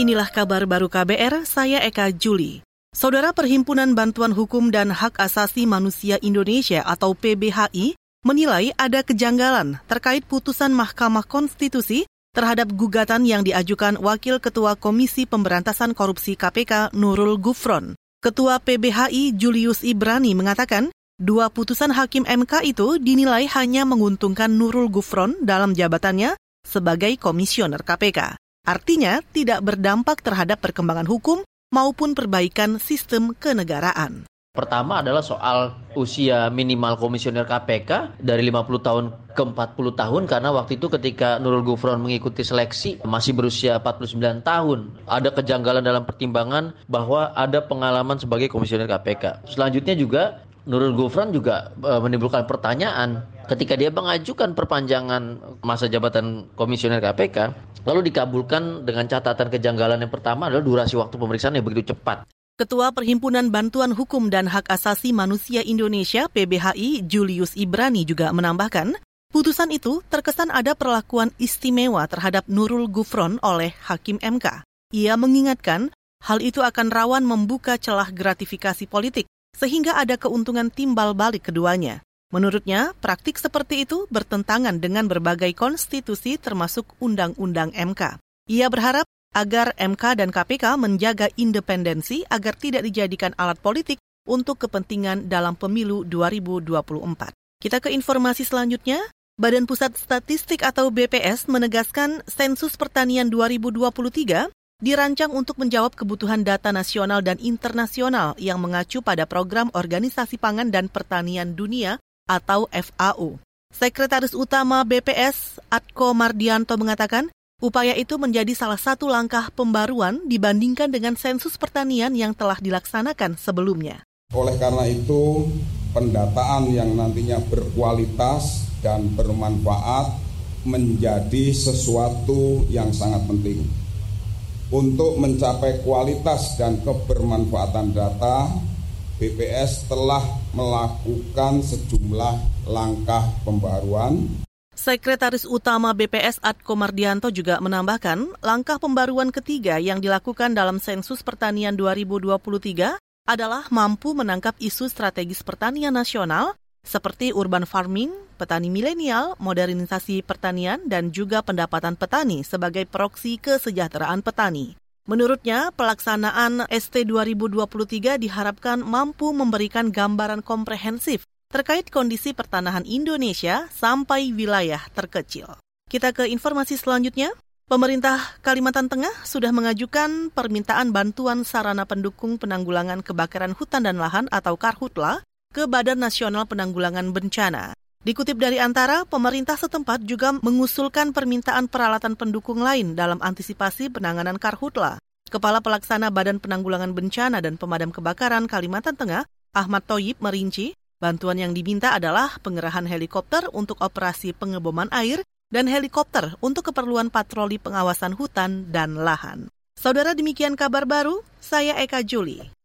Inilah kabar baru KBR, saya Eka Juli. Saudara, Perhimpunan Bantuan Hukum dan Hak Asasi Manusia Indonesia atau PBHI menilai ada kejanggalan terkait putusan Mahkamah Konstitusi terhadap gugatan yang diajukan Wakil Ketua Komisi Pemberantasan Korupsi KPK Nurul Gufron. Ketua PBHI Julius Ibrani mengatakan, dua putusan Hakim MK itu dinilai hanya menguntungkan Nurul Gufron dalam jabatannya sebagai komisioner KPK. Artinya tidak berdampak terhadap perkembangan hukum maupun perbaikan sistem kenegaraan. Pertama adalah soal usia minimal komisioner KPK dari 50 tahun ke 40 tahun karena waktu itu ketika Nurul Gufron mengikuti seleksi masih berusia 49 tahun. Ada kejanggalan dalam pertimbangan bahwa ada pengalaman sebagai komisioner KPK. Selanjutnya juga Nurul Gufron juga menimbulkan pertanyaan ketika dia mengajukan perpanjangan masa jabatan komisioner KPK, lalu dikabulkan dengan catatan kejanggalan yang pertama adalah durasi waktu pemeriksaan yang begitu cepat. Ketua Perhimpunan Bantuan Hukum dan Hak Asasi Manusia Indonesia (PBHI) Julius Ibrani juga menambahkan, putusan itu terkesan ada perlakuan istimewa terhadap Nurul Gufron oleh Hakim MK. Ia mengingatkan, hal itu akan rawan membuka celah gratifikasi politik, sehingga ada keuntungan timbal balik keduanya. Menurutnya, praktik seperti itu bertentangan dengan berbagai konstitusi termasuk Undang-Undang MK. Ia berharap agar MK dan KPK menjaga independensi agar tidak dijadikan alat politik untuk kepentingan dalam pemilu 2024. Kita ke informasi selanjutnya. Badan Pusat Statistik atau BPS menegaskan sensus pertanian 2023 dirancang untuk menjawab kebutuhan data nasional dan internasional yang mengacu pada program Organisasi Pangan dan Pertanian Dunia atau FAO. Sekretaris Utama BPS, Atko Mardianto mengatakan, upaya itu menjadi salah satu langkah pembaruan dibandingkan dengan sensus pertanian yang telah dilaksanakan sebelumnya. Oleh karena itu, pendataan yang nantinya berkualitas dan bermanfaat menjadi sesuatu yang sangat penting. Untuk mencapai kualitas dan kebermanfaatan data, BPS telah melakukan sejumlah langkah pembaruan. Sekretaris Utama BPS Atko Mardianto juga menambahkan, langkah pembaruan ketiga yang dilakukan dalam sensus pertanian 2023 adalah mampu menangkap isu strategis pertanian nasional seperti urban farming, petani milenial, modernisasi pertanian, dan juga pendapatan petani sebagai proksi kesejahteraan petani. Menurutnya, pelaksanaan ST 2023 diharapkan mampu memberikan gambaran komprehensif terkait kondisi pertanahan Indonesia sampai wilayah terkecil. Kita ke informasi selanjutnya. Pemerintah Kalimantan Tengah sudah mengajukan permintaan bantuan sarana pendukung penanggulangan kebakaran hutan dan lahan atau Karhutla ke Badan Nasional Penanggulangan Bencana. Dikutip dari Antara, pemerintah setempat juga mengusulkan permintaan peralatan pendukung lain dalam antisipasi penanganan Karhutla. Kepala Pelaksana Badan Penanggulangan Bencana dan Pemadam Kebakaran Kalimantan Tengah, Ahmad Thoyib merinci, bantuan yang diminta adalah pengerahan helikopter untuk operasi pengeboman air dan helikopter untuk keperluan patroli pengawasan hutan dan lahan. Saudara, demikian kabar baru, saya Eka Juli.